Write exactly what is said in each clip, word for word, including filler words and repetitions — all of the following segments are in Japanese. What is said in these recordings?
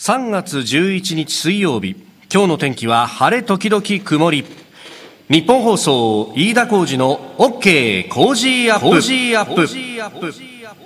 さんがつじゅういちにち水曜日、今日の天気は晴れ時々曇り。日本放送飯田浩司の OK コージーアップ。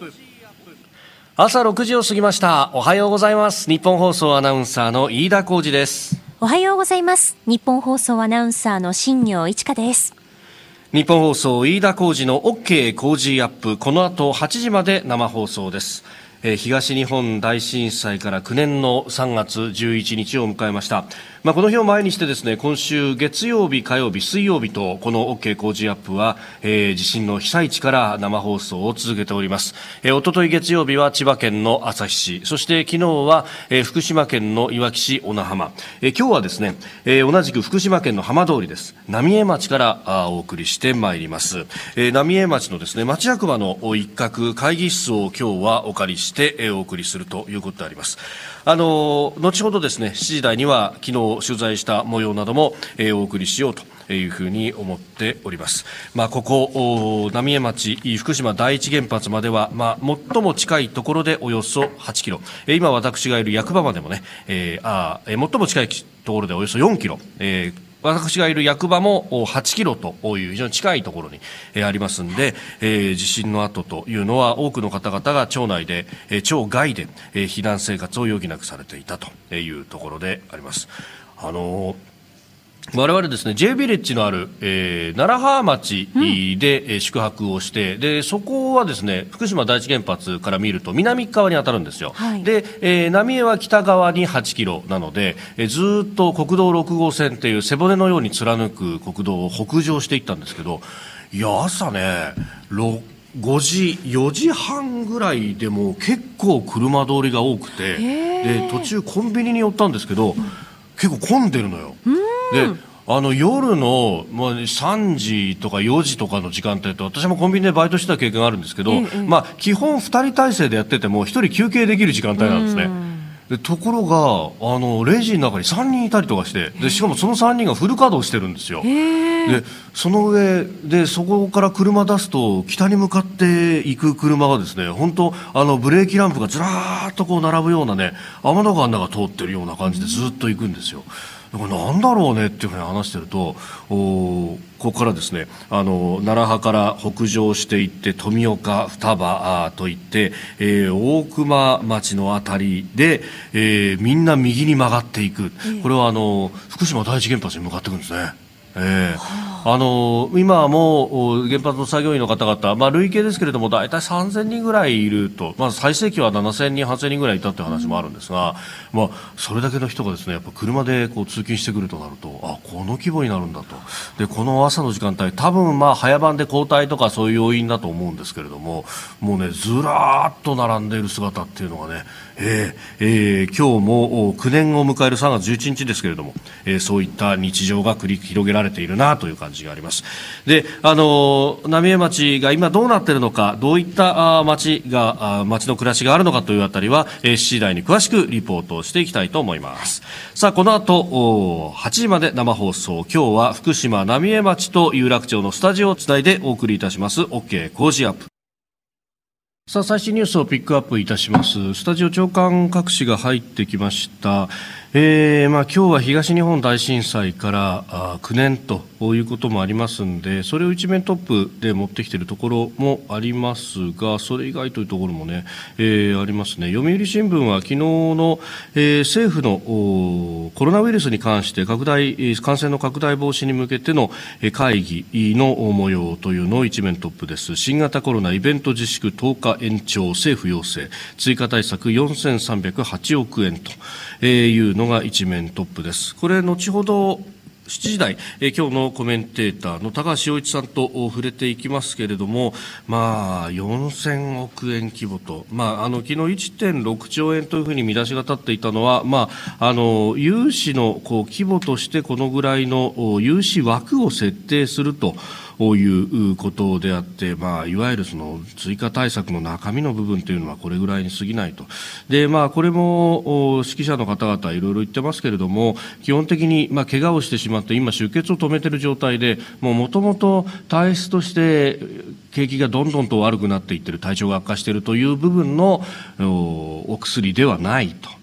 朝ろくじを過ぎました。おはようございます。日本放送アナウンサーの飯田浩司です。 おはようございます。日本放送アナウンサーの新業一華です。 日本放送飯田浩司の OK コージーアップ、この後はちじまで生放送です。えー、東日本大震災からきゅうねんのさんがつじゅういちにちを迎えました。まあ、この日を前にしてですね、今週月曜日、火曜日、水曜日とこの OK 工事アップは、えー、地震の被災地から生放送を続けております。えー、おととい月曜日は千葉県の旭市、そして昨日は、えー、福島県のいわき市小名浜、えー、今日はですね、えー、同じく福島県の浜通りです。浪江町からあお送りしてまいります。えー、浪江町のですね、町役場の一角会議室を今日はお借りして、えー、お送りするということであります。あのー、後ほどですね、しちじ台には昨日取材した模様なども、えー、お送りしようというふうに思っております。まあ、ここ浪江町福島第一原発までは、まあ、最も近いところでおよそはちキロ、えー、今私がいる役場までもね、えー、あー、最も近いところでおよそよんキロ、えー私がいる役場もはちキロという非常に近いところにありますので、えー、地震の後というのは多くの方々が町内で、町外で避難生活を余儀なくされていたというところであります。あのー我々ですね、J ビレッジのある、えー、楢葉町で、うん、宿泊をして、で、そこはですね、福島第一原発から見ると南側に当たるんですよ。はい、で、えー、浪江は北側にはちキロなので、えー、ずっと国道ろくごうせんっていう背骨のように貫く国道を北上していったんですけど、いや、朝ね、ごじ、よじはんぐらいでも結構車通りが多くて、で、途中コンビニに寄ったんですけど、うん、結構混んでるのよ。で、あの夜の、まあ、さんじとかよじとかの時間帯と、私もコンビニでバイトしてた経験があるんですけど、ええ、まあ、基本ふたり体制でやっててもひとり休憩できる時間帯なんですね。でところがあのレジの中にさんにんいたりとかして、でしかもそのさんにんがフル稼働してるんですよ。でその上でそこから車出すと北に向かっていく車がですね、本当あのブレーキランプがずらーっとこう並ぶようなね、天の川の中通ってるような感じでずっと行くんですよ。これなんだろうねっていうふうに話してると、おここからですね、あの楢葉から北上していって富岡双葉といって、えー、大熊町のあたりで、えー、みんな右に曲がっていく、これはあの福島第一原発に向かっていくんですね。えー、あの今はもう原発の作業員の方々、まあ、累計ですけれども大体さんぜんにんぐらいいると、まあ、最盛期はななせんにんはっせんにんぐらいいたという話もあるんですが、うんまあ、それだけの人がですね、やっぱ車でこう通勤してくるとなると、あこの規模になるんだと。でこの朝の時間帯多分まあ早番で交代とかそういう要因だと思うんですけれども、もうねずらーっと並んでいる姿っていうのがね、えーえー、今日もきゅうねんを迎えるさんがつじゅういちにちですけれども、えー、そういった日常が繰り広げられているなという感じがあります。で、あの浪江町が今どうなっているのか、どういった町が町の暮らしがあるのかというあたりは、えー、しちじ台に詳しくリポートをしていきたいと思います。さあこの後はちじまで生放送、今日は福島浪江町と有楽町のスタジオをつないでお送りいたします OK 工事アップ。さあ最新ニュースをピックアップいたします。スタジオ長官各紙が入ってきました。えーまあ、今日は東日本大震災からあきゅうねんということもありますので、それを一面トップで持ってきているところもありますが、それ以外というところもね、えー、ありますね。読売新聞は昨日の、えー、政府のコロナウイルスに関して拡大感染の拡大防止に向けての会議の模様というのを一面トップです。新型コロナイベント自粛とおか延長、政府要請、追加対策よんせんさんびゃくはちおくえんというのが一面トップです。これ後ほどしちじ台、え今日のコメンテーターの高橋洋一さんと触れていきますけれども、まあよんせんおくえん規模と、まああの昨日 いってんろくちょうえんというふうに見出しが立っていたのは、まああの融資のこう規模としてこのぐらいの融資枠を設定するということであって、まあ、いわゆるその追加対策の中身の部分というのはこれぐらいに過ぎないと。で、まあ、これも指揮者の方々いろいろ言ってますけれども、基本的にまあ怪我をしてしまって今出血を止めている状態で、もともと体質として景気がどんどんと悪くなっていっている、体調が悪化しているという部分のお薬ではないと。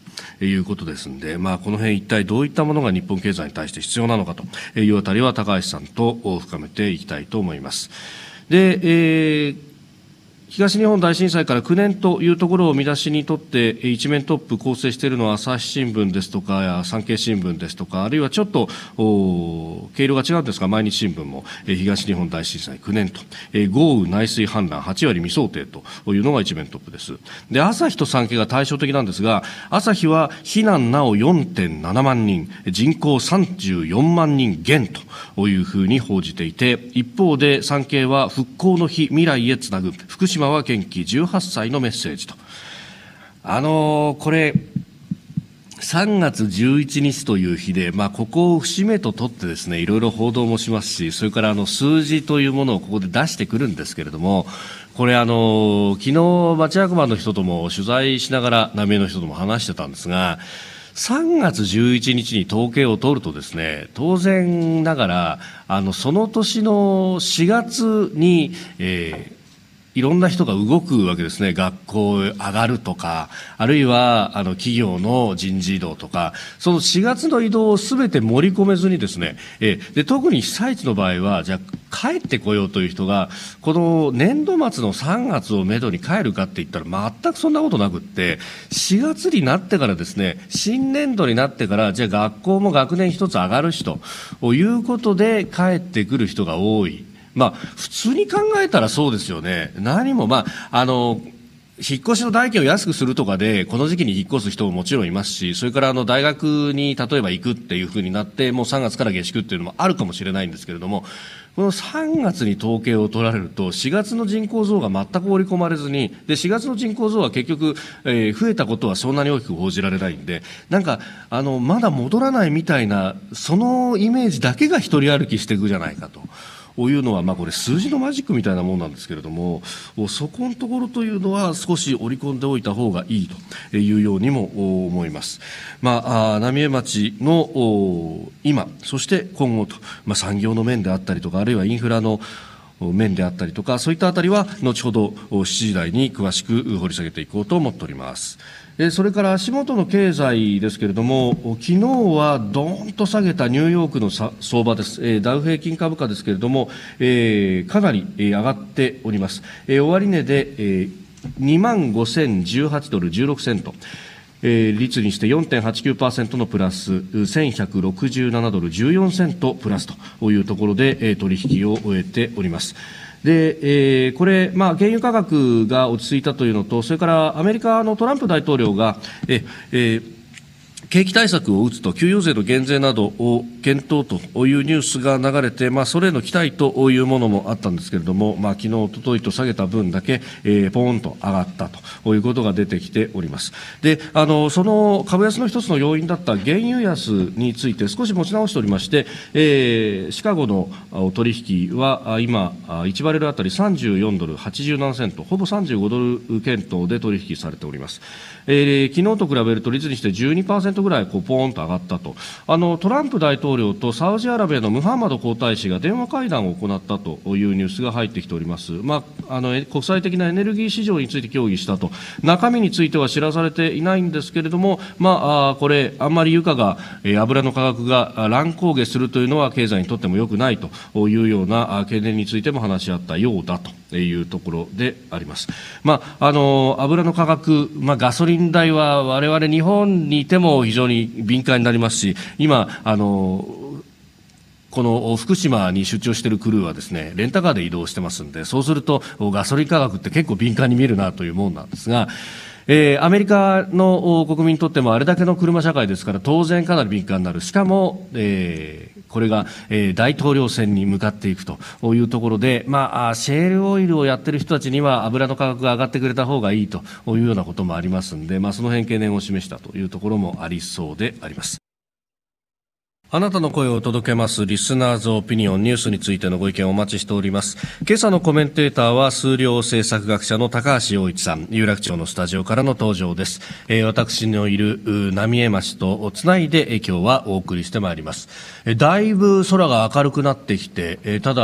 いうことですので、まあ、この辺一体どういったものが日本経済に対して必要なのかというあたりは高橋さんと深めていきたいと思います。で、えー東日本大震災からきゅうねんというところを見出しにとって一面トップ構成しているのは朝日新聞ですとか産経新聞ですとか、あるいはちょっと経路が違うんですが毎日新聞も東日本大震災きゅうねんと豪雨内水氾濫はちわり未想定というのが一面トップです。で、朝日と産経が対照的なんですが、朝日は避難なお よんてんななまんにん、人口さんじゅうよんまんにん減というふうに報じていて、一方で産経は復興の日未来へつなぐ福島は元気じゅうはっさいのメッセージと。あのー、これさんがつじゅういちにちという日で、まあ、ここを節目ととってですね、いろいろ報道もしますし、それからあの数字というものをここで出してくるんですけれども、これあの昨日町役場の人とも取材しながら浪江の人とも話してたんですが、さんがつじゅういちにちに統計を取るとですね、当然ながらあのその年のしがつに、えーいろんな人が動くわけですね。学校上がるとか、あるいはあの企業の人事異動とか、そのしがつの移動をすべて盛り込めずにですね、えで特に被災地の場合はじゃあ帰ってこようという人がこの年度末のさんがつをめどに帰るかって言ったら全くそんなことなくって、しがつになってからですね、新年度になってからじゃあ学校も学年一つ上がるしということで帰ってくる人が多い。まあ、普通に考えたらそうですよね。何も、まあ、あの、引っ越しの代金を安くするとかで、この時期に引っ越す人ももちろんいますし、それからあの大学に例えば行くっていうふうになって、もうさんがつから下宿っていうのもあるかもしれないんですけれども、このさんがつに統計を取られると、しがつの人口増が全く織り込まれずに、で、しがつの人口増は結局、えー、増えたことはそんなに大きく報じられないんで、なんか、あの、まだ戻らないみたいな、そのイメージだけが一人歩きしていくじゃないかと。こういうのは、まあ、これ数字のマジックみたいなものなんですけれども、そこのところというのは少し織り込んでおいた方がいいというようにも思います。まあ、浪江町の今、そして今後と、まあ、産業の面であったりとか、あるいはインフラの面であったりとか、そういったあたりは後ほどしちじ台に詳しく掘り下げていこうと思っております。それから足元の経済ですけれども、昨日はどーんと下げたニューヨークの相場です。ダウ平均株価ですけれども、えー、かなり上がっております。終値で にまんごせんじゅうはちドルじゅうろくセント。率にして よんてんはちきゅうパーセント のプラス、せんひゃくろくじゅうななドルじゅうよんセントプラスというところで取引を終えております。で、えー、これ、まあ、原油価格が落ち着いたというのと、それからアメリカのトランプ大統領が、ええー景気対策を打つと給与税の減税などを検討というニュースが流れて、まあ、それへの期待というものもあったんですけれども、まあ、昨日、おとといと下げた分だけ、えー、ポーンと上がったということが出てきております。で、あの、その株安の一つの要因だった原油安について少し持ち直しておりまして、えー、シカゴの取引は今、いちバレルあたりさんじゅうよんドルはちじゅうななセント、ほぼさんじゅうごドル検討で取引されております。えー、昨日と比べると率にして じゅうにパーセント ぐらいこうポーンと上がったと。あのトランプ大統領とサウジアラビアのムハンマド皇太子が電話会談を行ったというニュースが入ってきております。まあ、あの国際的なエネルギー市場について協議したと。中身については知らされていないんですけれども、まあ、あこれあんまり油価が、えー、油の価格が乱高下するというのは経済にとっても良くないというような懸念についても話し合ったようだというところであります。まあ、あの油の価格、まあ、ガソリン代は我々日本にいても非常に敏感になりますし、今あのこの福島に出張しているクルーはですね、レンタカーで移動してますんで、そうするとガソリン価格って結構敏感に見えるなというものなんですが、えー、アメリカの国民にとってもあれだけの車社会ですから当然かなり敏感になる。しかも、えー、これが、えー、大統領選に向かっていくというところで、まあ、シェールオイルをやっている人たちには油の価格が上がってくれた方がいいというようなこともありますので、まあ、その辺懸念を示したというところもありそうであります。あなたの声を届けますリスナーズオピニオン、ニュースについてのご意見をお待ちしております。今朝のコメンテーターは数量政策学者の高橋洋一さん、有楽町のスタジオからの登場です。えー、私のいる浪江町とつないで、えー、今日はお送りしてまいります。えー、だいぶ空が明るくなってきて、えー、ただ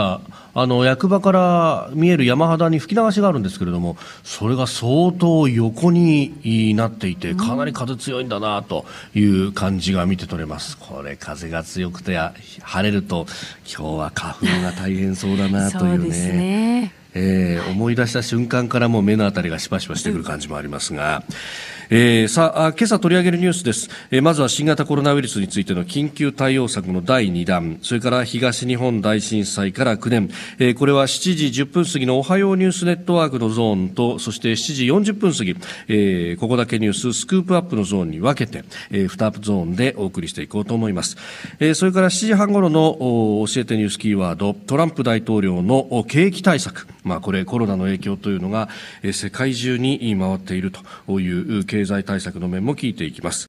あの役場から見える山肌に吹き流しがあるんですけれども、それが相当横になっていて、かなり風強いんだなという感じが見て取れます。これ風が強くて晴れると今日は花粉が大変そうだなというね。そうですね。えー、思い出した瞬間からもう目のあたりがシパシパしてくる感じもありますが、えー、さあ今朝取り上げるニュースです。えー、まずは新型コロナウイルスについての緊急対応策のだいにだん、それから東日本大震災からきゅうねん、えー、これはしちじじゅっぷん過ぎのおはようニュースネットワークのゾーンと、そしてしちじよんじゅっぷん過ぎ、えー、ここだけニューススクープアップのゾーンに分けて、えー、にゾーンでお送りしていこうと思います。えー、それからしちじはん頃の教えてニュースキーワード、トランプ大統領の景気対策、まあ、これコロナの影響というのが、えー、世界中に回っているという経済対策の面も聞いていきます。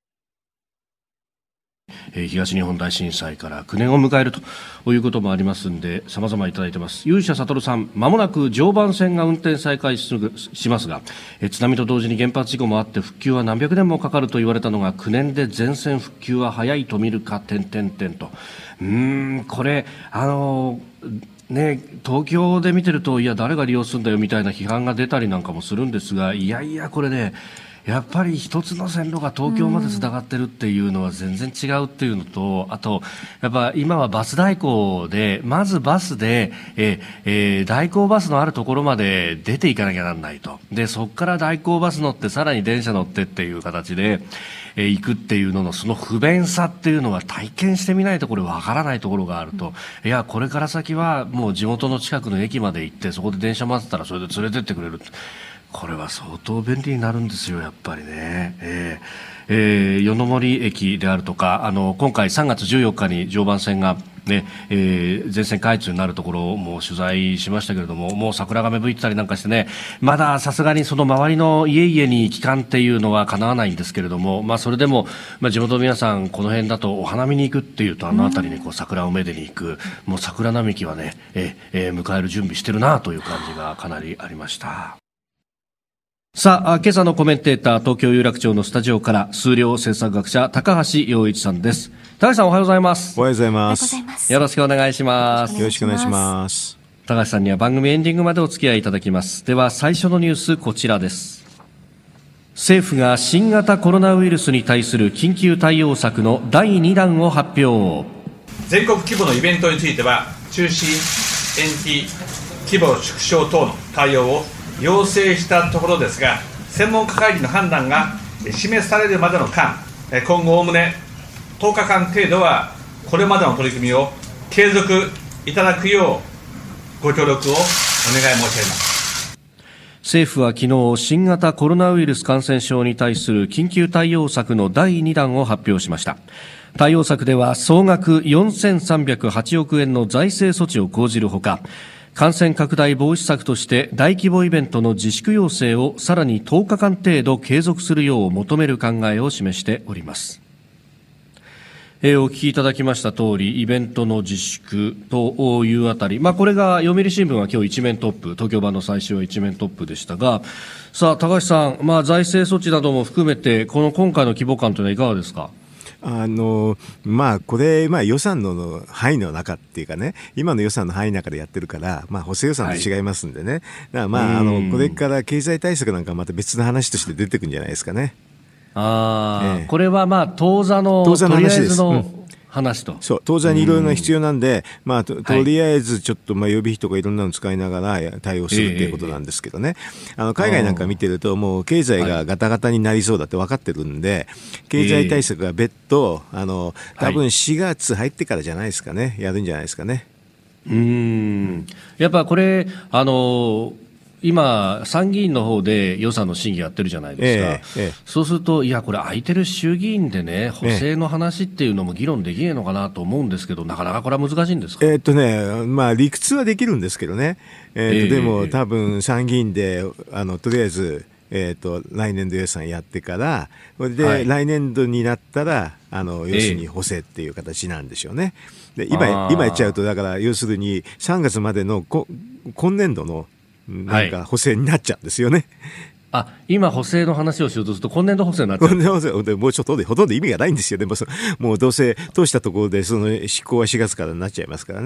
えー、東日本大震災からきゅうねんを迎えるということもありますので、様々いただいています。勇者悟さん、まもなく常磐線が運転再開しますが、えー、津波と同時に原発事故もあって復旧は何百年もかかると言われたのがきゅうねんで全線復旧は早いと見るか点々点と、うーんこれあのーね、東京で見てると、いや誰が利用するんだよみたいな批判が出たりなんかもするんですが、いやいやこれね、やっぱり一つの線路が東京までつながってるっていうのは全然違うっていうのと、あとやっぱ今はバス代行で、まずバスでえ、えー、代行バスのあるところまで出ていかなきゃならないと。でそこから代行バス乗ってさらに電車乗ってっていう形でえー、行くっていうののその不便さっていうのは体験してみないとこれわからないところがあると、いやこれから先はもう地元の近くの駅まで行ってそこで電車待ってたらそれで連れてってくれる、これは相当便利になるんですよやっぱりね。えーえー、夜の森駅であるとか、あの今回さんがつじゅうよっかに常磐線がね、えー、全線開通になるところも取材しましたけれども、もう桜が芽吹いてたりなんかしてね、まださすがにその周りの家々に帰還っていうのは叶わないんですけれども、まあ、それでも、まあ、地元の皆さんこの辺だとお花見に行くっていうと、あの辺りにこう桜をめでに行く、もう桜並木はね、ええー、迎える準備してるなという感じがかなりありました。さあ、今朝のコメンテーター、東京有楽町のスタジオから数量政策学者高橋洋一さんです。高橋さん、おはようございます。 おはようございます。 よろしくお願いします。 よろしくお願いします。 高橋さんには番組エンディングまでお付き合いいただきます。では最初のニュース、こちらです。政府が新型コロナウイルスに対する緊急対応策のだいにだんを発表。 全国規模のイベントについては中止、延期、規模縮小等の対応を要請したところですが、専門家会議の判断が示されるまでの間、今後おおむねとおかかん程度はこれまでの取り組みを継続いただくようご協力をお願い申し上げます。 政府は昨日、新型コロナウイルス感染症に対する緊急対応策のだいにだんを発表しました。対応策では総額よんせんさんびゃくはちおくえんの財政措置を講じるほか、感染拡大防止策として大規模イベントの自粛要請をさらにとおかかん程度継続するよう求める考えを示しております。えー、お聞きいただきました通り、イベントの自粛というあたり、まあ、これが読売新聞は今日一面トップ、東京版の最終は一面トップでしたが、さあ高橋さん、まあ、財政措置なども含めてこの今回の規模感というのはいかがですか。 あのまあ、これ、まあ、予算の範囲の中っていうかね、今の予算の範囲の中でやってるから、まあ、補正予算と違いますんでね、はい、だからまあ、あのこれから経済対策なんかまた別の話として出てくるんじゃないですかね。 あ、ええ、これはまあ当座の当座の話です。とりあえずの話と、うん、 そう、当座にいろいろな必要なんで、まあ、と, とりあえずちょっとまあ予備費とかいろんなの使いながら対応するっていうことなんですけどね、えー、あの海外なんか見てるともう経済がガタガタになりそうだって分かってるんで、経済対策が別途あの多分しがつ入ってからじゃないですかね、やるんじゃないですかね。 うーん、やっぱこれあの今、参議院の方で予算の審議やってるじゃないですか、ええええ、そうすると、いや、これ、空いてる衆議院でね、補正の話っていうのも議論できないのかなと思うんですけど、なかなかこれは難しいんですか。 えーっとねまあ、理屈はできるんですけどね、えーっとえー、でも、多分参議院であのとりあえず、えーっと来年度予算やってから、それで、はい、来年度になったら、あの要するに補正っていう形なんでしょうね。で 今, 今言っちゃうと、だから要するにさんがつまでのこ今年度のなんか補正になっちゃうんですよね。 はい、あ、今補正の話をしようとすると今年度補正になっちゃう。今年度補正でもうちょっとでほとんど意味がないんですよね。もうどうせ通したところでその執行はしがつからになっちゃいますからね。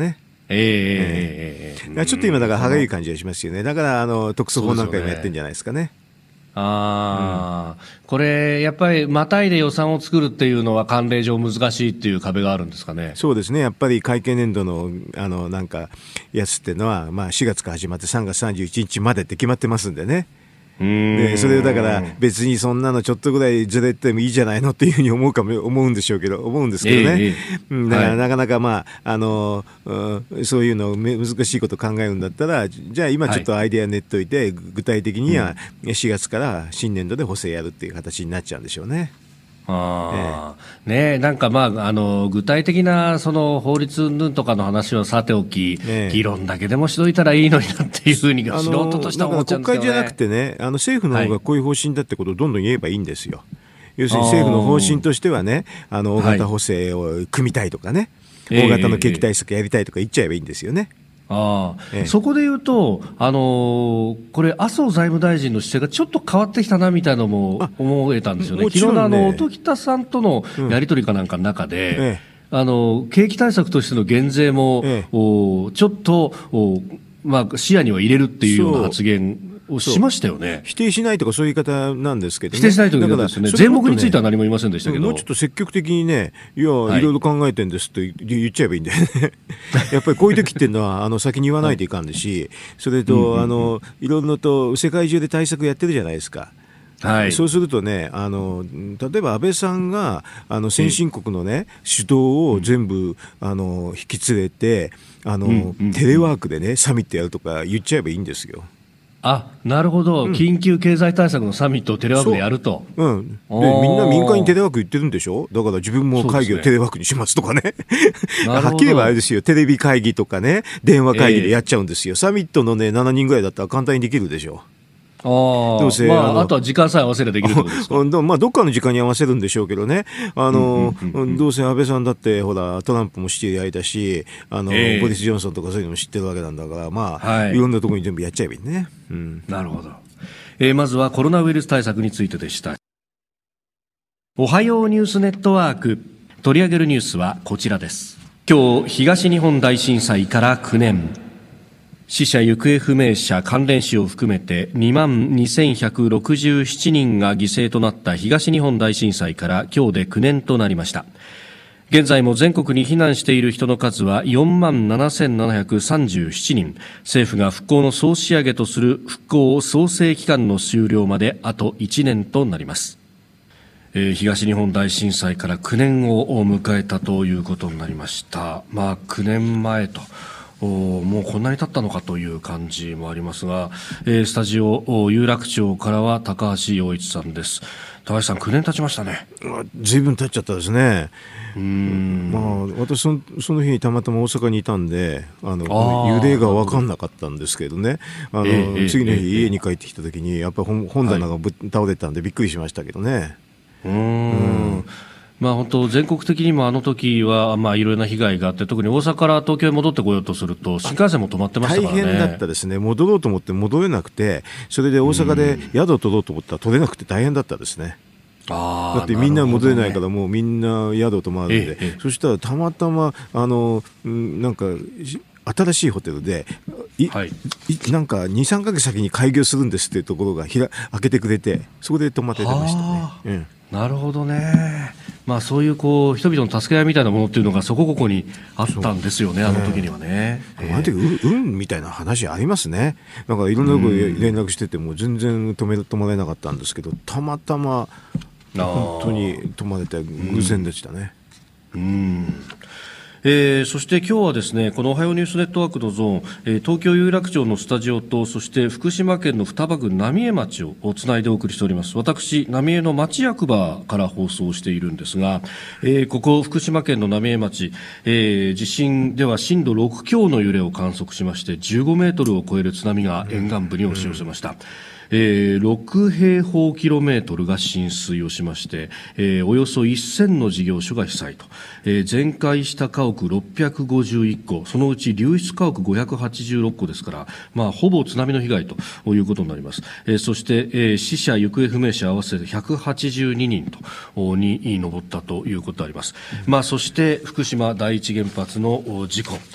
えーえーえー、 ちょっと今だから歯がゆい感じがしますよね。だからあの特措法なんか今やってるんじゃないですかね。 あ、うん、これ、やっぱりまたいで予算を作るっていうのは慣例上難しいっていう壁があるんですかね。 そうですね、やっぱり会計年度のあのなんかやつっていうのは、まあ、しがつから始まってさんがつさんじゅういちにちまでって決まってますんでね。でそれをだから別にそんなのちょっとぐらいずれてもいいじゃないのっていうふうに思うかも思うんでしょうけど思うんですけどね、えー、だからなかなか、まああのそういうの難しいことを考えるんだったらじゃあ今ちょっとアイデア練っといて、はい、具体的にはしがつから新年度で補正やるっていう形になっちゃうんでしょうね。 あええ、ねえ、なんか、まあ、あの具体的なその法律云々とかの話はさておき、ね、議論だけでもしといたらいいのになっていうふうに素人としては思っちゃうんですけどね。国会じゃなくてね、あの政府の方がこういう方針だってことをどんどん言えばいいんですよ。はい、要するに政府の方針としてはね、あの大型補正を組みたいとかね、はい、大型の景気対策やりたいとか言っちゃえばいいんですよね。 あええ、そこで言うと、あのー、これ、麻生財務大臣の姿勢がちょっと変わってきたなみたいなのも思えたんですよね、昨日のあの音喜多さんとのやり取りかなんかの中で、うんええ、あの景気対策としての減税も、ええ、おちょっとお、まあ、視野には入れるっていうような発言をしましたよね。 否定しないとかそういう言い方なんですけどね。 否定しないということですね。税目については何も言いませんでしたけど、 もうちょっと積極的にね、いや、はい、いろいろ考えてるんですって言っちゃえばいいんだよね。やっぱりこういう時っていうのはあの先に言わないといかんですし、はい、それと、うんうんうん、あのいろんなと世界中で対策やってるじゃないですか。はい、そうするとね、あの例えば安倍さんがあの先進国の、ね、主導を全部あの引き連れてあの、うんうん、テレワークで、ね、サミットやるとか言っちゃえばいいんですよ。 あ、なるほど、うん、緊急経済対策のサミットをテレワークでやると、 うん、でみんな民間にテレワーク言ってるんでしょ。だから自分も会議をテレワークにしますとかね。はっきり言えばあれですよ、テレビ会議とかね、電話会議でやっちゃうんですよ、えー、サミットの、ね、しちにんぐらいだったら簡単にできるでしょ。 あどうせ、まあ、あ, あとは時間さえ合わせればできるってことですか。 まあ、どっかの時間に合わせるんでしょうけどね、あの、うんうんうんうん、どうせ安倍さんだってほらトランプも知ってる間しあの、えー、ボリス・ジョンソンとかそういうのも知ってるわけなんだから、まあはい、いろんなところに全部やっちゃえばいいね、うん、 なるほど、えー、まずはコロナウイルス対策についてでした。おはようニュースネットワーク、取り上げるニュースはこちらです。今日東日本大震災からきゅうねん、死者行方不明者関連死を含めてにまんにせんひゃくろくじゅうななにんが犠牲となった東日本大震災から今日できゅうねんとなりました。現在も全国に避難している人の数はよんまんななせんななひゃくさんじゅうななにん。政府が復興の総仕上げとする復興創生期間の終了まであといちねんとなります。えー、東日本大震災からきゅうねんを迎えたということになりました。まあきゅうねんまえともうこんなに経ったのかという感じもありますが、えー、スタジオ有楽町からは高橋洋一さんです。高橋さん、きゅうねん経ちましたね。 ずいぶん経っちゃったですね。うーん、まあ、私その、その日にたまたま大阪にいたんであの揺れが分かんなかったんですけどね、あの、えー、次の日、えー、家に帰ってきた時にやっぱり 本, 本棚がぶ、はい、倒れたんでびっくりしましたけどね。うーん、うんまあ、本当全国的にもあの時はまあいろいろな被害があって、特に大阪から東京へ戻ってこようとすると新幹線も止まってましたからね。 大変だったですね。戻ろうと思って戻れなくて、それで大阪で宿を取ろうと思ったら取れなくて大変だったですね。あだってみんな戻れないから、もうみんな宿泊まるんで、ええ、そしたらたまたまあのなんか新しいホテルでい、はい、いなんかにさんかげつ先に開業するんですっていうところがひら開けてくれて、そこで泊まって出ましたね。うん、なるほどね。まあ、そういうこう人々の助け合いみたいなものっていうのがそこここにあったんですよね、あの時にはね。 えー、あの時運みたいな話ありますね。なんかいろんなところ連絡してても全然止め止まれなかったんですけど、たまたま本当に止まれて偶然でしたね。うん、うんえー、そして今日はですね、このおはようニュースネットワークのゾーン、えー、東京有楽町のスタジオと、そして福島県の双葉郡浪江町をつないでお送りしております。私、浪江の町役場から放送しているんですが、えー、ここ福島県の浪江町、えー、地震では震度ろく強の揺れを観測しまして、じゅうごメートルを超える津波が沿岸部に押し寄せました。うんうんえー、ろくへいほうキロメートルが浸水をしまして、えー、およそせんの事業所が被災と、えー、全壊した家屋ろっぴゃくごじゅういっこ、そのうち流出家屋ごひゃくはちじゅうろっこですから、まあ、ほぼ津波の被害ということになります。えー、そして、えー、死者行方不明者合わせてひゃくはちじゅうににんとに上ったということであります。まあ、そして福島第一原発の事故、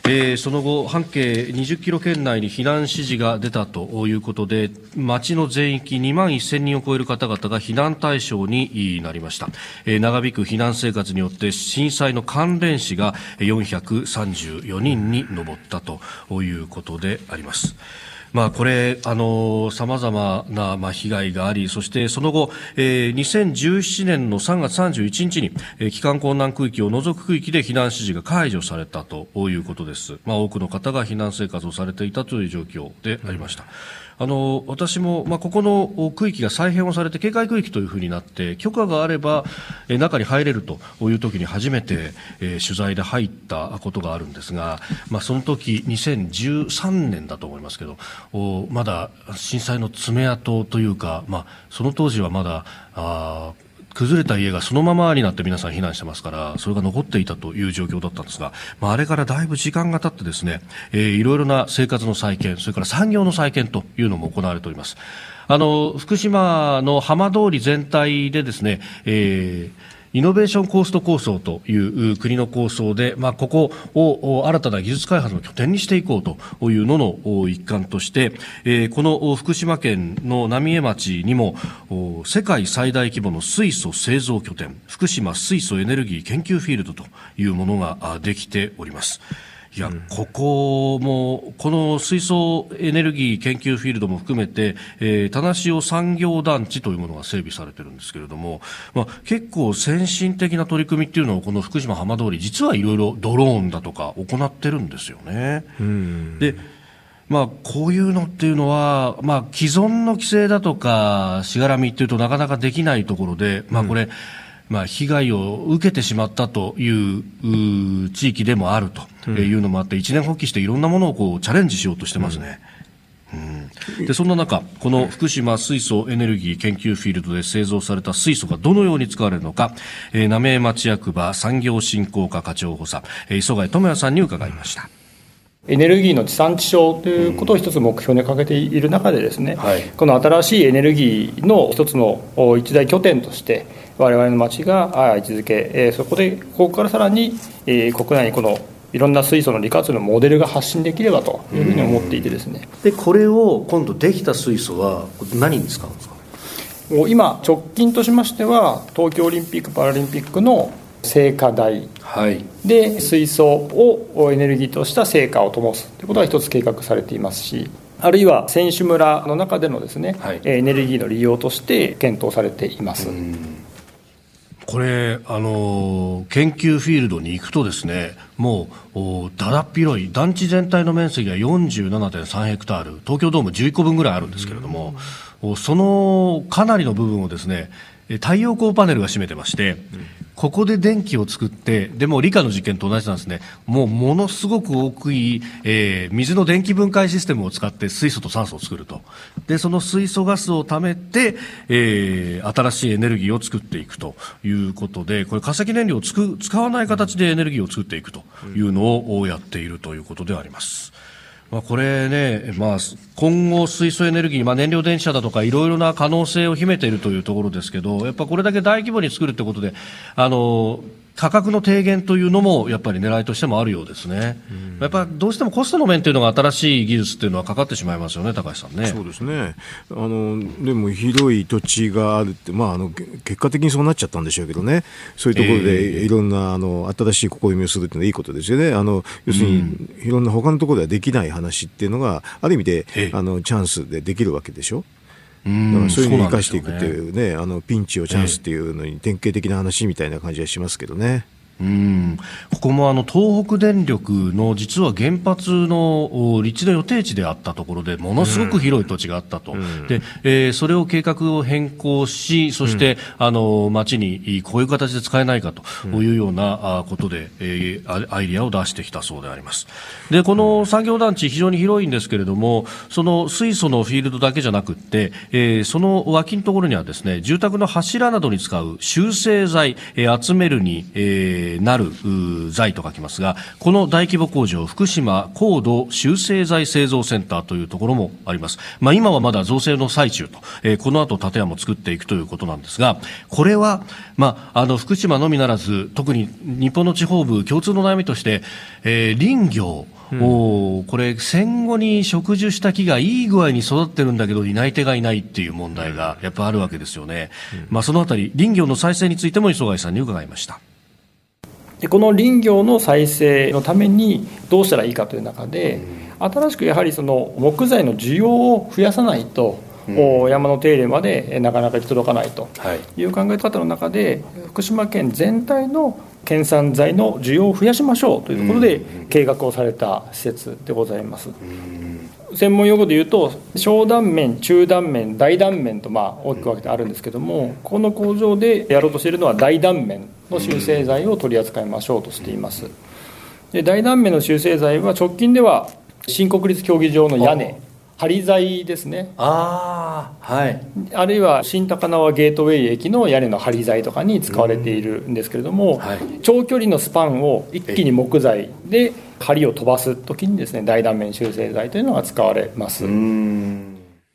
えー、その後半径にじゅっキロ圏内に避難指示が出たということで、町の全域にまんせんにんを超える方々が避難対象になりました。えー、長引く避難生活によって震災の関連死がよんひゃくさんじゅうよにんに上ったということであります。まあ、これ、あの、様々な、まあ、被害があり、そしてその後、えー、にせんじゅうななねんのさんがつさんじゅういちにちに、えー、帰還困難区域を除く区域で避難指示が解除されたということです。まあ、多くの方が避難生活をされていたという状況でありました。あの私も、まあ、ここの区域が再編をされて警戒区域というふうになって許可があれば、えー、中に入れるという時に初めて、えー、取材で入ったことがあるんですが、まあ、その時にせんじゅうさんねんだと思いますけど、おまだ震災の爪痕というか、まあ、その当時はまだあ崩れた家がそのままになって皆さん避難してますから、それが残っていたという状況だったんですが、まあ、あれからだいぶ時間が経ってですね、えー、いろいろな生活の再建、それから産業の再建というのも行われております。あの福島の浜通り全体でですね、えーイノベーションコースト構想という国の構想で、まあ、ここを新たな技術開発の拠点にしていこうというのの一環として、えー、この福島県の浪江町にも世界最大規模の水素製造拠点、福島水素エネルギー研究フィールドというものができております。いや、ここもこの水素エネルギー研究フィールドも含めて、えー、田無尾産業団地というものが整備されているんですけれども、まあ、結構先進的な取り組みっていうのをこの福島浜通り実はいろいろドローンだとか行ってるんですよね。うんでまあ、こういうのっていうのは、まあ、既存の規制だとかしがらみっていうとなかなかできないところで、まあ、これ、うんまあ、被害を受けてしまったという地域でもあるというのもあって、一年発起していろんなものをこうチャレンジしようとしてますね。うん、でそんな中、この福島水素エネルギー研究フィールドで製造された水素がどのように使われるのか、えー、浪江町役場産業振興課課長補佐、えー、磯貝智也さんに伺いました。 エネルギーの地産地消ということを一つ目標に掲げている中でですね、うんはい、この新しいエネルギーの一つの一大拠点として我々の町が位置づけ、そこでここからさらに国内にこのいろんな水素の利活用のモデルが発信できればというふうに思っていてですね、 でこれを今度できた水素は何に使うんですか？ もう今直近としましては東京オリンピック・パラリンピックの聖火台で水素をエネルギーとした聖火を灯すということが一つ計画されていますし、あるいは選手村の中でのですね、はい、エネルギーの利用として検討されています。 これあの研究フィールドに行くとですね、もうだだっ広い団地全体の面積が よんじゅうななてんさんヘクタール、東京ドームじゅういっこぶんぐらいあるんですけれども、そのかなりの部分をですね太陽光パネルが占めてまして、ここで電気を作って、でも理科の実験と同じなんですね。もうものすごく大きい、えー、水の電気分解システムを使って水素と酸素を作ると。で、その水素ガスを貯めて、えー、新しいエネルギーを作っていくということで、これ化石燃料をつく使わない形でエネルギーを作っていくというのをやっているということであります。まあ、これね、まあ、今後水素エネルギー、まあ、燃料電池車だとかいろいろな可能性を秘めているというところですけど、やっぱこれだけ大規模に作るということで、あの価格の低減というのもやっぱり狙いとしてもあるようですね。やっぱどうしてもコストの面というのが新しい技術というのはかかってしまいますよね、高橋さんね。 そうですね。あのでも広い土地があるって、まあ、あの結果的にそうなっちゃったんでしょうけどね、そういうところでいろんな、あの新しい試みをするっていうのはいいことですよね。あの要するにいろんな他のところではできない話っていうのがある意味であのチャンスでできるわけでしょ。だからそういうふうに生かしていくっていうね、あのピンチをチャンスっていうのに典型的な話みたいな感じはしますけどね。 うんここもあの東北電力の実は原発の立地の予定地であったところでものすごく広い土地があったと、うん、でえー、それを計画を変更し、そして、うん、あの町にこういう形で使えないかというようなことで、えー、アイディアを出してきたそうであります。でこの産業団地非常に広いんですけれども、その水素のフィールドだけじゃなくって、えー、その脇のところにはですね、住宅の柱などに使う集成材、えー、集めるに、えーえー、なる材と書きますが、この大規模工場、福島高度集成材製造センターというところもあります。まあ、今はまだ造成の最中と、えー、この後建屋も作っていくということなんですが、これは、まあ、あの福島のみならず特に日本の地方部共通の悩みとして、えー、林業、うん、これ戦後に植樹した木がいい具合に育ってるんだけど担い手がいないっていう問題がやっぱあるわけですよね、うんまあ、そのあたり林業の再生についても磯貝さんに伺いました。 でこの林業の再生のためにどうしたらいいかという中で、うん、新しくやはりその木材の需要を増やさないと、うん、山の手入れまでなかなか行き届かないという考え方の中で、福島県全体の県産材の需要を増やしましょうというところで計画をされた施設でございます。うん、専門用語でいうと小断面、中断面、大断面とまあ大きく分けてあるんですけども、この工場でやろうとしているのは大断面の集成材を取り扱いましょうとしています。で大断面の集成材は直近では新国立競技場の屋根、張材ですね。 ああ、はい。 あるいは新高輪ゲートウェイ駅の屋根の張材とかに使われているんですけれども、はい、長距離のスパンを一気に木材で梁を飛ばすときにですね、大断面修正材というのが使われます。うーん、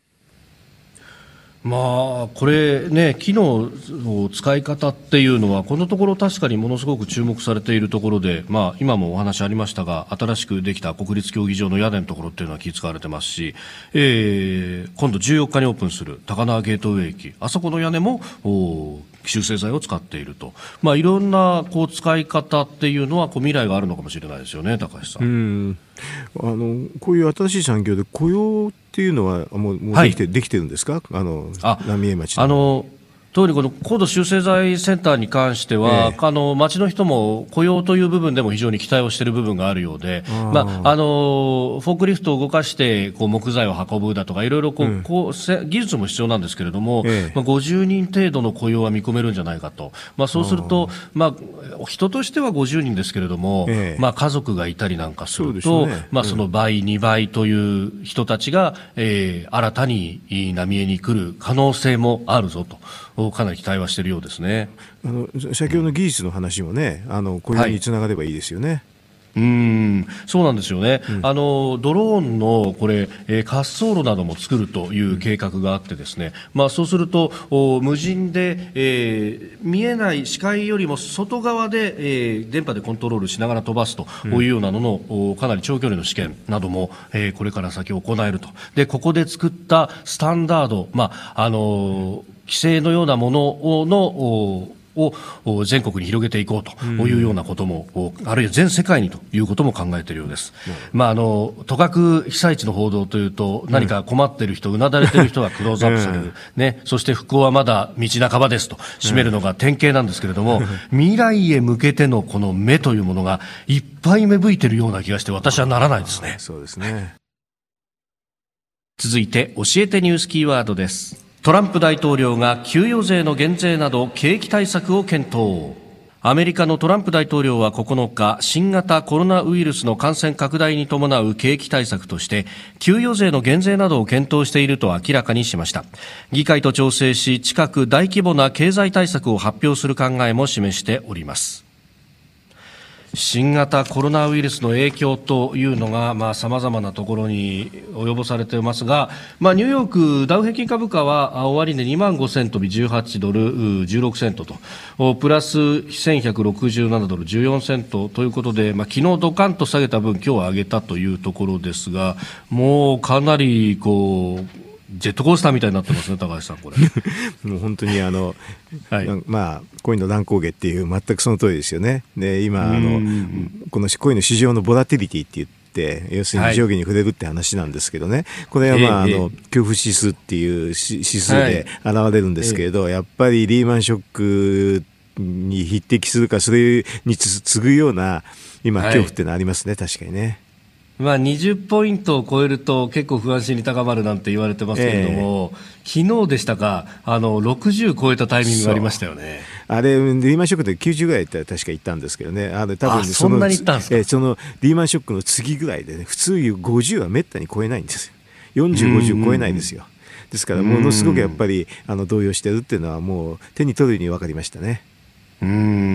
まあ、これね、機能の使い方っていうのはこのところ確かにものすごく注目されているところで、まあ、今もお話ありましたが、新しくできた国立競技場の屋根のところっていうのは気使われてますし、えー、今度じゅうよっかにオープンする高輪ゲートウェイ駅、あそこの屋根も修正材を使っていると、まあ、いろんなこう使い方っていうのはこう未来があるのかもしれないですよね、高橋さん。 うんあのこういう新しい産業で雇用っていうのはもう、もうできて、はい、できてるんですか、あの浪江町。 あの特にこの高度集成材センターに関しては、ええ、あの町の人も雇用という部分でも非常に期待をしている部分があるようで、あ、まあ、あのフォークリフトを動かしてこう木材を運ぶだとかいろいろこう、うん、こう技術も必要なんですけれども、ええ、まあ、ごじゅうにん程度の雇用は見込めるんじゃないかと、まあ、そうすると、まあ、人としてはごじゅうにんですけれども、ええ、まあ、家族がいたりなんかすると、ね、まあ、その倍、うん、にばいという人たちが、えー、新たに浪江に来る可能性もあるぞと。かなり期待はしているようですね。 あの先ほどの技術の話もね、あの雇用につながればいいですよね。はい、 うーんそうなんですよね、うん、あのドローンのこれ、えー、滑走路なども作るという計画があってですね、まあ、そうすると無人で、えー、見えない視界よりも外側で、えー、電波でコントロールしながら飛ばすというようなのの、うん、かなり長距離の試験なども、えー、これから先行えると。でここで作ったスタンダード、まああのー規制のようなもののを全国に広げていこうというようなことも、うん、あるいは全世界にということも考えているようです。うん、まあ、あの都郭被災地の報道というと何か困っている人、うなだれている人がクローズアップされる、うんね、そして復興はまだ道半ばですと締めるのが典型なんですけれども、うん、未来へ向けてのこの目というものがいっぱい芽吹いているような気がして私はならないですね。 そうですね。 続いて教えてニュースキーワードです。トランプ大統領が給与税の減税など景気対策を検討。アメリカのトランプ大統領はここのか、新型コロナウイルスの感染拡大に伴う景気対策として給与税の減税などを検討していると明らかにしました。議会と調整し、近く大規模な経済対策を発表する考えも示しております。新型コロナウイルスの影響というのがまあ様々なところに及ぼされていますが、まあ、ニューヨークダウ平均株価は終値にまんごせん飛びじゅうはちドルじゅうろくセントとプラスせんひゃくろくじゅうななドルじゅうよんセントということで、まあ、昨日ドカンと下げた分今日は上げたというところですが、もうかなりこうジェットコースターみたいになってますね、高橋さん、これもう本当にあの、はい、まあ、コインの乱高下っていう全くその通りですよね。で今あのこのコインの市場のボラティリティって言って要するに上下に触れるって話なんですけどね、はい、これは、まあ、あの恐怖指数っていう指数で現れるんですけれど、はい、やっぱりリーマンショックに匹敵するかそれに次ぐような今恐怖っていうのはありますね、はい、確かにね。 まあ、にじゅうポイントを超えると結構不安心に高まるなんて言われてますけれども、えー、昨日でしたか、あのろくじゅう超えたタイミングがありましたよね。 あれリーマンショックできゅうじゅうぐらい確か行ったんですけどね、あれ多分あそんなに行ったんですか。 えー、そのリーマンショックの次ぐらいでね、普通ごじゅうはめったに超えないんですよ。よんじゅう、ごじゅう超えないですよ。ですからものすごくやっぱりあの動揺してるっていうのはもう手に取るように分かりましたね。 うーん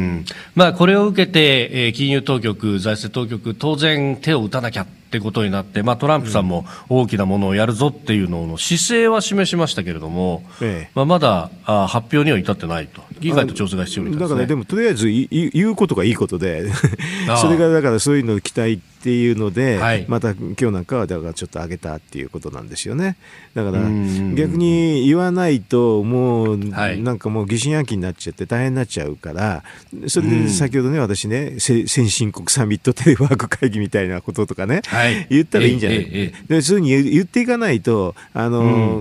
まあ、これを受けて、えー、金融当局、財政当局、当然手を打たなきゃってことになって、まあ、トランプさんも大きなものをやるぞっていうのの姿勢は示しましたけれども、ええ、まあ、まだあ発表には至ってないと、議会と調整が必要みたいですね。 だから、ね、でもとりあえず言うことがいいことでそれがだからそういうのを期待っていうので、はい、また今日なんかはだからちょっと上げたっていうことなんですよね。だから逆に言わないともうなんかもう疑心暗鬼になっちゃって大変になっちゃうから、それで先ほどね、私ね、先進国サミットテレワーク会議みたいなこととかね、はい、言ったらいいんじゃない、ええええ、でそういうふうに言っていかないと、あの、うん、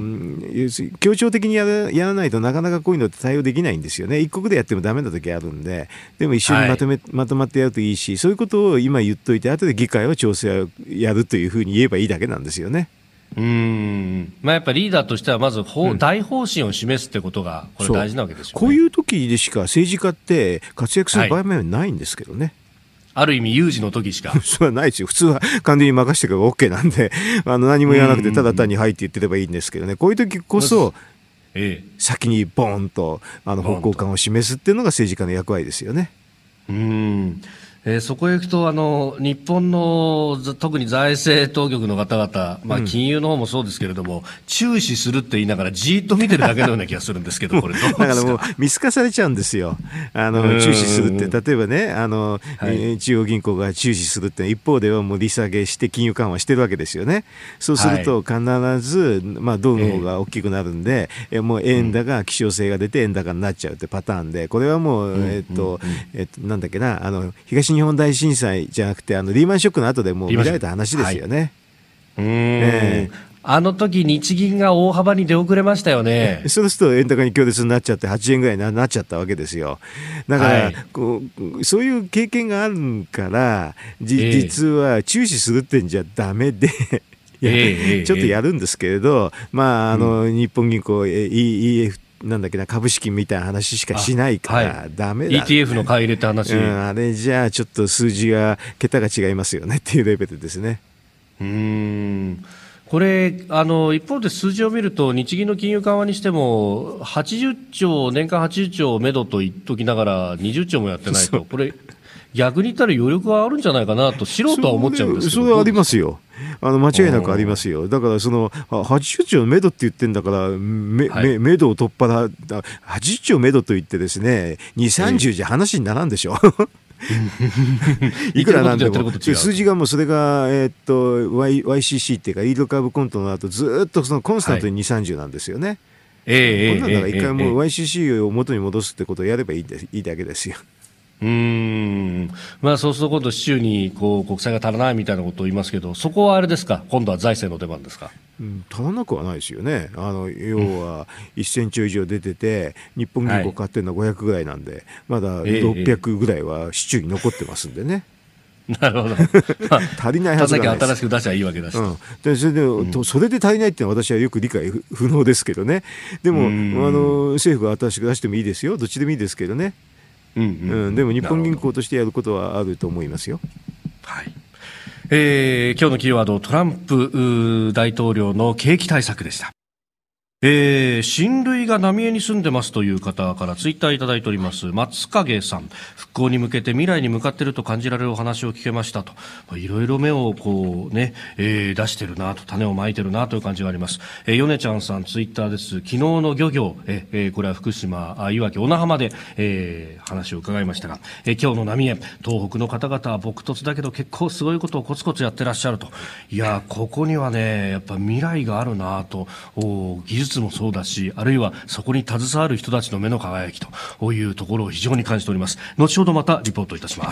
協調的にやら、やらないとなかなかこういうのって対応できないんですよね。一国でやってもダメな時あるんで、でも一緒にまとめ、はい、まとまってやるといいし、そういうことを今言っといて後で議会は調整をやるというふうに言えばいいだけなんですよね。 うーん、まあ、やっぱりリーダーとしてはまず法、うん、大方針を示すってことがこれ大事なわけですよね。 こういう時でしか政治家って活躍する場合もないんですけどね、はい、 ある意味有事の時しかそれはないですよ。普通は完全に任せてから OK なんであの何も言わなくてただ単に入って言ってればいいんですけどね、こういう時こそ、ええ、先にボーンとあの方向感を示すっていうのが政治家の役割ですよね。 うーん、えー、そこへ行くとあの日本の特に財政当局の方々、まあ、金融の方もそうですけれども、うん、注視するって言いながらじーっと見てるだけのような気がするんですけどこれどうですか。 だからもう見透かされちゃうんですよ。あの注視するって例えばね、あの、はい、中央銀行が注視するって一方ではもう利下げして金融緩和してるわけですよね。そうすると必ず、まあ、ドルの方が大きくなるんで、えー、もう円高希少性が出て円高になっちゃうってパターンで、これはもう、えーっとえーっとなんだっけな、あの東日本大震災じゃなくてあのリーマンショックの後でもう見られた話ですよね。 はい、うーん、えー、あの時日銀が大幅に出遅れましたよね。 そうすると円高に強烈になっちゃってはちえんぐらいになっちゃったわけですよ。だから、はい、こうそういう経験があるからじ、えー、実は注視するってんじゃダメでいや、えー、ちょっとやるんですけれど、まああの、うん、日本銀行 イーエフなんだっけな、株式みたいな話しかしないからダメだ、ね、 イーティーエフ の買い入れって話、 うん、あれじゃあちょっと数字が桁が違いますよねっていうレベルですね。 うーん、これあの一方で数字を見ると日銀の金融緩和にしてもはちじゅっちょう年間はちじゅっちょうをめどと言っときながらにじゅっちょうもやってないと、これ逆に言ったら余力はあるんじゃないかなと素人は思っちゃうんですけど。 それはありますよ。あの間違いなくありますよ。だからそのはちじゅっちょうのめどって言ってんだからめ、はい、めどを取っ払はちじゅっちょうめどと言ってですねにじゅう、さんじゅうじゃ話にならんでしょいくらなんでも数字がもうそれが、えー、っと y、ワイシーシー っていうかイールドカーブコントの後ずっとそのコンスタントににじゅう、さんじゅうなんですよね。ええ、こんなんだから一回もう ワイシーシー を元に戻すってことをやればいいでいいだけですよ。 うーん、まあ、そうすると今度市中にこう国債が足らないみたいなことを言いますけど、そこはあれですか、今度は財政の出番ですか。 うん、足らなくはないですよね。あの要はせんちょう以上出てて日本銀行買ってるのはごひゃくぐらいなんで、はい、まだろっぴゃくぐらいは市中に残ってますんでね。 なるほど、まあ、足りないはずがないです。新しく出しゃいいわけだし、うん、でそれで、うん、それで足りないっていうのは私はよく理解不能ですけどね。でもあの政府が新しく出してもいいですよ、どっちでもいいですけどね。うんうんうん、でも日本銀行としてやることはあると思いますよ。はい、えー、今日のキーワード、トランプ大統領の景気対策でした。えー、親類が浪江に住んでますという方からツイッターいただいております。松影さん、復興に向けて未来に向かっていると感じられるお話を聞けましたと、いろいろ目をこうね、えー、出してるなと、種をまいてるなという感じがあります。えー、米ちゃんさんツイッターです。昨日の漁業、えー、これは福島、いわき、小名浜で、えー、話を伺いましたが、えー、今日の浪江、東北の方々は朴突だけど結構すごいことをコツコツやってらっしゃると。いや、ここにはね、やっぱ未来があるなと、技術もそうだし、あるいはそこに携わる人たちの目の輝きというところを非常に感じております。後ほどまたリポートいたします。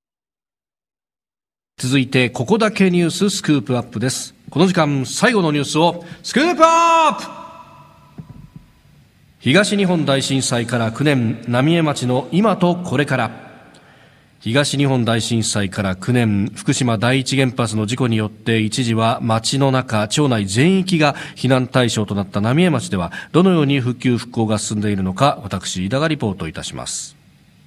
続いてここだけニューススクープアップです。この時間最後のニュースをスクープアップ。東日本大震災からきゅうねん、浪江町の今とこれから。東日本大震災からきゅうねん、福島第一原発の事故によって一時は町の中、町内全域が避難対象となった浪江町ではどのように復旧復興が進んでいるのか、私飯田がリポートいたします。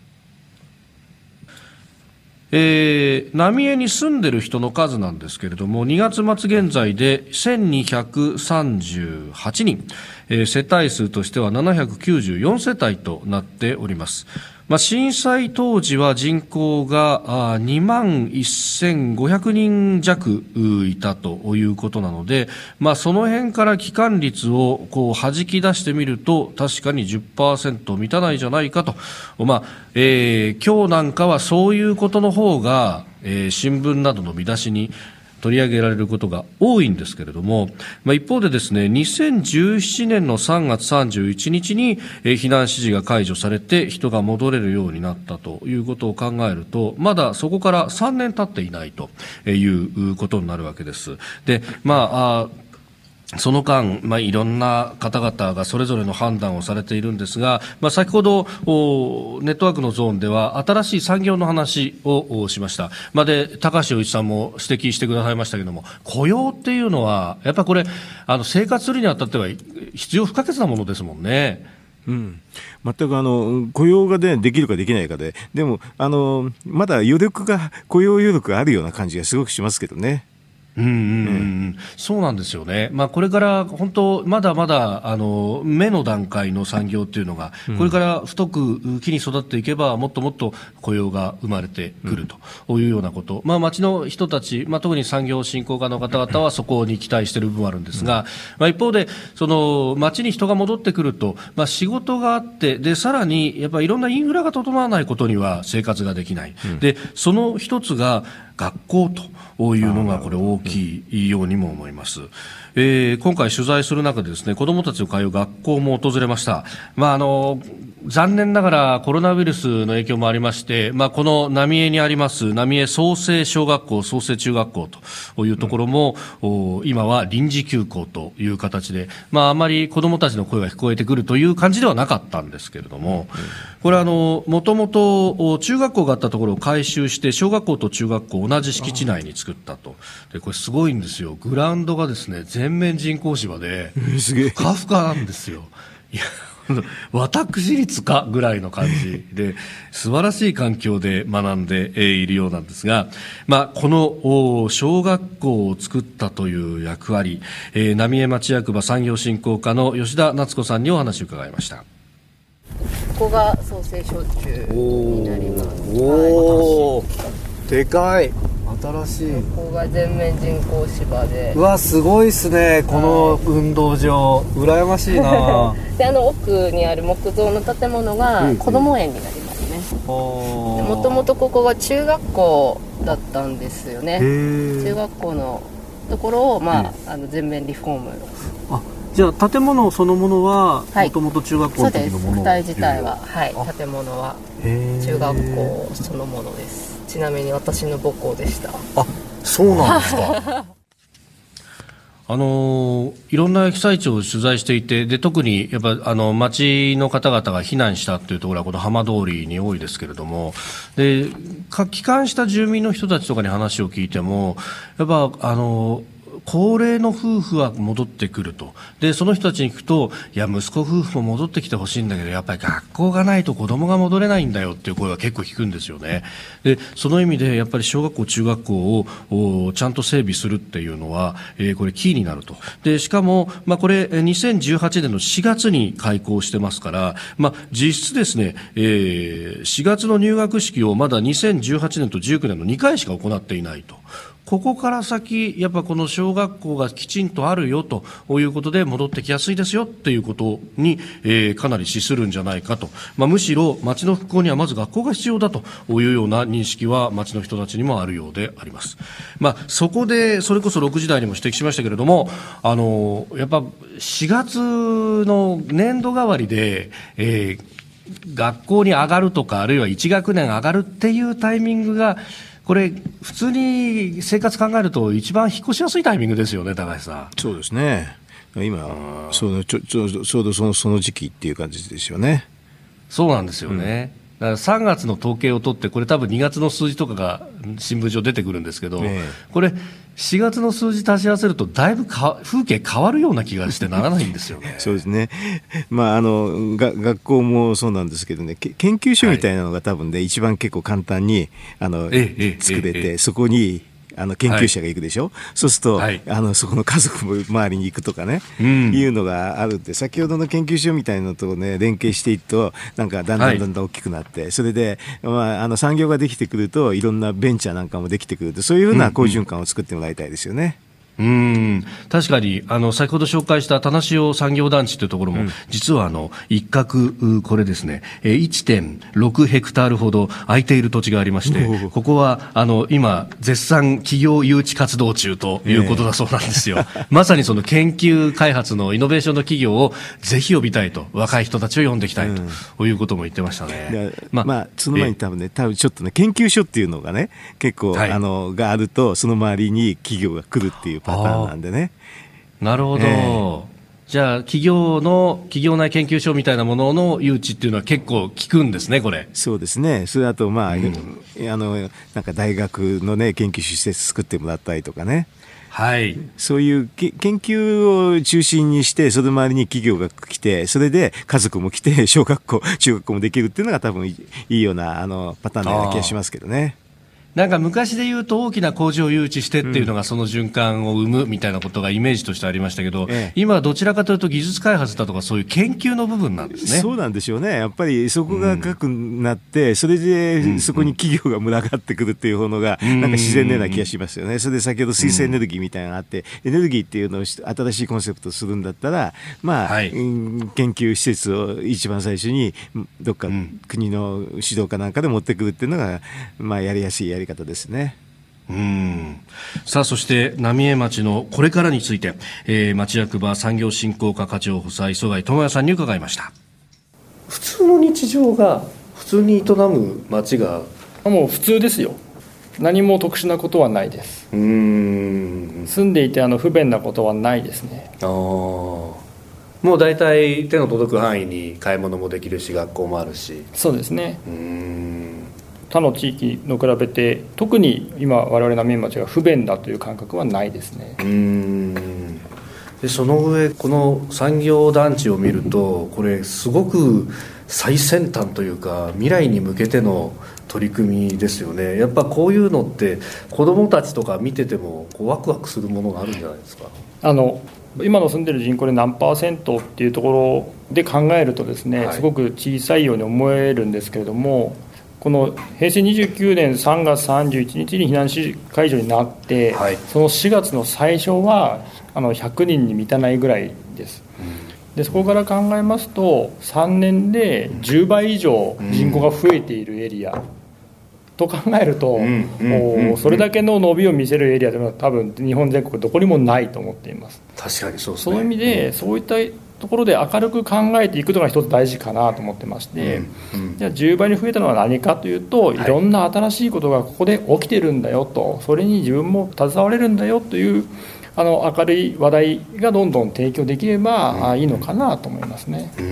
えー、浪江に住んでいる人の数なんですけれども、にがつまつ現在でせんにひゃくさんじゅうはちにん、えー、世帯数としてはななひゃくきゅうじゅうよんせたいとなっております。 まあ、震災当時は人口がにまんせんごひゃくにん弱いたということなので、まあ、その辺から帰還率をこう弾き出してみると確かに じゅっパーセント 満たないじゃないかと、まあえー、今日なんかはそういうことの方が、えー、新聞などの見出しに取り上げられることが多いんですけれども、まあ、一方でですね、にせんじゅうななねんのさんがつさんじゅういちにちに避難指示が解除されて人が戻れるようになったということを考えると、まだそこからさんねん経っていないということになるわけです。で、まあ、あその間、まあ、いろんな方々がそれぞれの判断をされているんですが、まあ、先ほどネットワークのゾーンでは新しい産業の話をしました。まあ、で高橋洋一さんも指摘してくださいましたけれども、雇用っていうのはやっぱりこれあの生活するにあたっては必要不可欠なものですもんね。 うん、全くあの雇用が、ね、できるかできないかで、でもあのまだ余力が雇用余力があるような感じがすごくしますけどね。 うんうんうん、そうなんですよね、まあ、これから本当まだまだあの目の段階の産業っていうのがこれから太く木に育っていけばもっともっと雇用が生まれてくるというようなこと、まあ、町の人たち、まあ、特に産業振興課の方々はそこに期待している部分はあるんですが、まあ、一方でその町に人が戻ってくると、まあ、仕事があってでさらにやっぱりいろんなインフラが整わないことには生活ができない、うん、でその一つが学校というのがこれ大きいようにも思います。えー、今回取材する中でですね、子どもたちを通う学校も訪れました。まあ、あの残念ながらコロナウイルスの影響もありまして、まあ、この浪江にあります浪江創成小学校、創成中学校というところも、うん、今は臨時休校という形で、まあ、あまり子どもたちの声が聞こえてくるという感じではなかったんですけれども、うん、これはあのもともと中学校があったところを改修して小学校と中学校同じ敷地内に作ったと。でこれすごいんですよ。グラウンドがですね全面人工芝でふかふかなんですよ。いや私立かぐらいの感じで素晴らしい環境で学んでいるようなんですが、まあ、この小学校を作ったという役割、えー、浪江町役場産業振興課の吉田夏子さんにお話を伺いました。 ここが創成小中になります。 おー、はい、でかい。新しい。 ここが全面人工芝で、 うわすごいっすね、この運動場、はい、羨ましいなであの奥にある木造の建物が子ども園になりますね。もともとここが中学校だったんですよね。中学校のところを、まあ、あの全面リフォーム。 あ、じゃあ建物そのものはもともと中学校の時のもの、 そうです。舞台自体は、はい、建物は中学校そのものです。ちなみに私の母校でした。 あ、そうなんですかあのいろんな被災地を取材していて、で特にやっぱあの町の方々が避難したというところはこの浜通りに多いですけれども、で帰還した住民の人たちとかに話を聞いてもやっぱあの高齢の夫婦は戻ってくると。でその人たちに聞くと、いや息子夫婦も戻ってきてほしいんだけどやっぱり学校がないと子供が戻れないんだよっていう声は結構聞くんですよね。でその意味でやっぱり小学校中学校をちゃんと整備するっていうのは、えー、これキーになると。でしかも、まあ、これにせんじゅうはちねんのしがつに開校してますから、まあ、実質ですね、えー、しがつの入学式をまだにせんじゅうはちねんとじゅうきゅうねんのにかいしか行っていないと。ここから先やっぱこの小学校がきちんとあるよということで戻ってきやすいですよということに、えー、かなり資するんじゃないかと、まあ、むしろ町の復興にはまず学校が必要だというような認識は町の人たちにもあるようであります。まあ、そこでそれこそろくじ台にも指摘しましたけれども、あのやっぱしがつの年度代わりで、えー、学校に上がるとかあるいはいち学年上がるっていうタイミングがこれ普通に生活考えると一番引っ越しやすいタイミングですよね、高橋さん。 そうですね。今そのちょちょちょうどそのその時期っていう感じですよね。 そうなんですよね。うん、だからさんがつの統計を取ってこれ多分にがつの数字とかが新聞上出てくるんですけど、ね、これしがつの数字足し合わせるとだいぶか風景変わるような気がしてならないんですよね。 そうですね。まああのが学校もそうなんですけどね、研究所みたいなのが多分ね、はい、一番結構簡単にあの作れて、そこにあの研究者が行くでしょ、はい、そうすると、はい、あのそこの家族も周りに行くとかね、うん、いうのがあるんで、先ほどの研究所みたいなのと、ね、連携していくとなんかだんだんだんだん大きくなって、はい、それで、まあ、あの産業ができてくるといろんなベンチャーなんかもできてくると、そういうふうな好循環を作ってもらいたいですよね。 うんうん、確かにあの先ほど紹介した田無塩産業団地というところも、うん、実はあの一角これですね いってんろく ヘクタールほど空いている土地がありまして、ここはあの今絶賛企業誘致活動中ということだそうなんですよ、えー、まさにその研究開発のイノベーションの企業をぜひ呼びたいと、若い人たちを呼んでいきたいと、うん、いうことも言ってましたね。 まあ、まあ、その前に多分ね、多分ちょっとね研究所っていうのがね結構、はい、あのがあると、その周りに企業が来るっていうパターンなんでね。 なるほど、えー、じゃあ企業の企業内研究所みたいなものの誘致っていうのは結構効くんですね、これ。 そうですね。それあと、まあ、うん、あのなんか大学の、ね、研究施設作ってもらったりとかね、 はい、そういう研究を中心にして、その周りに企業が来て、それで家族も来て、小学校中学校もできるっていうのが多分いいようなあのパターンのような気がしますけどね。 なんか昔で言うと大きな工場を誘致してっていうのがその循環を生むみたいなことがイメージとしてありましたけど、ええ、今はどちらかというと技術開発だとかそういう研究の部分なんですね。 そうなんでしょうね。やっぱりそこが高くなって、うん、それでそこに企業が群がってくるっていうのがなんか自然のような気がしますよね。それで先ほど水素エネルギーみたいなのがあって、エネルギーっていうのを新しいコンセプトをするんだったら、まあ、はい、研究施設を一番最初にどっか国の指導かなんかで持ってくるっていうのが、まあ、やりやすいやり方ですね。 うん、さあそして浪江町のこれからについて、えー、町役場産業振興課課長補佐磯貝智也さんに伺いました。 普通の日常が普通に営む町がもう普通ですよ。何も特殊なことはないです。うーん、住んでいてあの不便なことはないですね。 あ、もう大体手の届く範囲に買い物もできるし、学校もあるし。 そうですね。うーん、他の地域の比べて特に今我々浪江町が不便だという感覚はないですね。 うーん、でその上この産業団地を見ると、これすごく最先端というか未来に向けての取り組みですよね。やっぱこういうのって子どもたちとか見ててもこうワクワクするものがあるんじゃないですか。 あの今の住んでる人口で何パーセントっていうところで考えるとですね、はい、すごく小さいように思えるんですけれども、この平成にじゅうきゅうねんさんがつさんじゅういちにちに避難指示解除になって、はい、そのしがつの最初はあのひゃくにんに満たないぐらいです、うん、でそこから考えますとさんねんでじゅうばい以上人口が増えているエリア、うん、と考えると、うんうん、それだけの伸びを見せるエリアというのは多分日本全国どこにもないと思っています。 確かにそうですね。 そういう意味で、うん、そういったところで明るく考えていくのが一つ大事かなと思ってまして、うんうん、じゃあじゅうばいに増えたのは何かというと、はい、いろんな新しいことがここで起きてるんだよと、それに自分も携われるんだよというあの明るい話題がどんどん提供できれば、うん、いいのかなと思いますね。うん、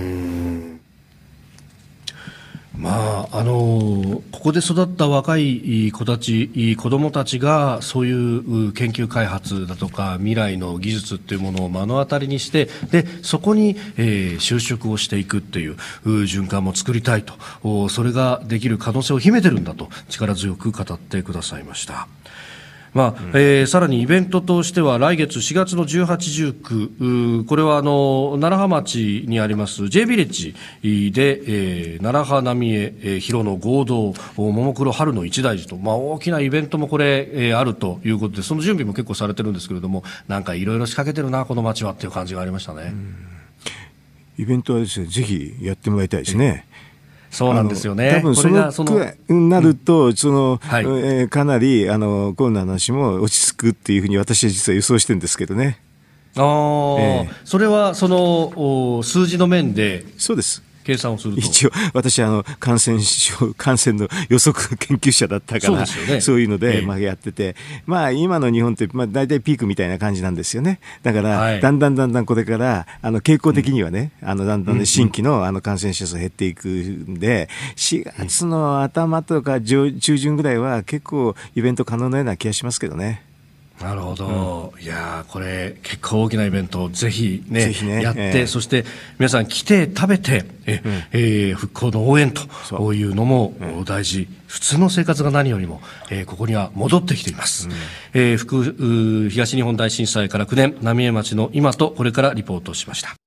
まあ、あのここで育った若い子たち、子どもたちがそういう研究開発だとか未来の技術っていうものを目の当たりにして、でそこに、えー、就職をしていくっていう循環も作りたいと、それができる可能性を秘めてるんだと力強く語ってくださいました。まあえー、さらにイベントとしては来月しがつのじゅうはち、じゅうく、これはあの楢葉町にあります J ビレッジで、えー、楢葉浪江、えー、広野合同ももクロ春の一大事と、まあ、大きなイベントもこれ、えー、あるということで、その準備も結構されてるんですけれども、なんかいろいろ仕掛けてるなこの町はっていう感じがありましたね。 イベントはですね、ぜひやってもらいたいですね。 そうなんですよね。 多分そのくらいになると、その、はい、えー、かなりあのコロナの話も落ち着くっていうふうに私は実は予想してるんですけどね。 あ、えー、それはその数字の面で。 そうです。 計算をすると一応私あの感染症感染の予測研究者だったから、 そうですよね、そういうので、えーまあ、やってて、まあ、今の日本って、まあ、大体ピークみたいな感じなんですよね。だから、はい、だんだんだんだんこれからあの傾向的にはね、うん、あのだんだん、ね、新規の、あの感染者数減っていくんで、しがつの頭とか上中旬ぐらいは結構イベント可能なような気がしますけどね。 なるほど、うん、いやこれ結構大きなイベントをぜひ ね, ぜひねやって、 えー、 そして皆さん来て食べてえ、うんえー、復興の応援というのも大事、うん、普通の生活が何よりも、えー、ここには戻ってきています、うんえー、福東日本大震災からきゅうねん、浪江町の今とこれからリポートしました。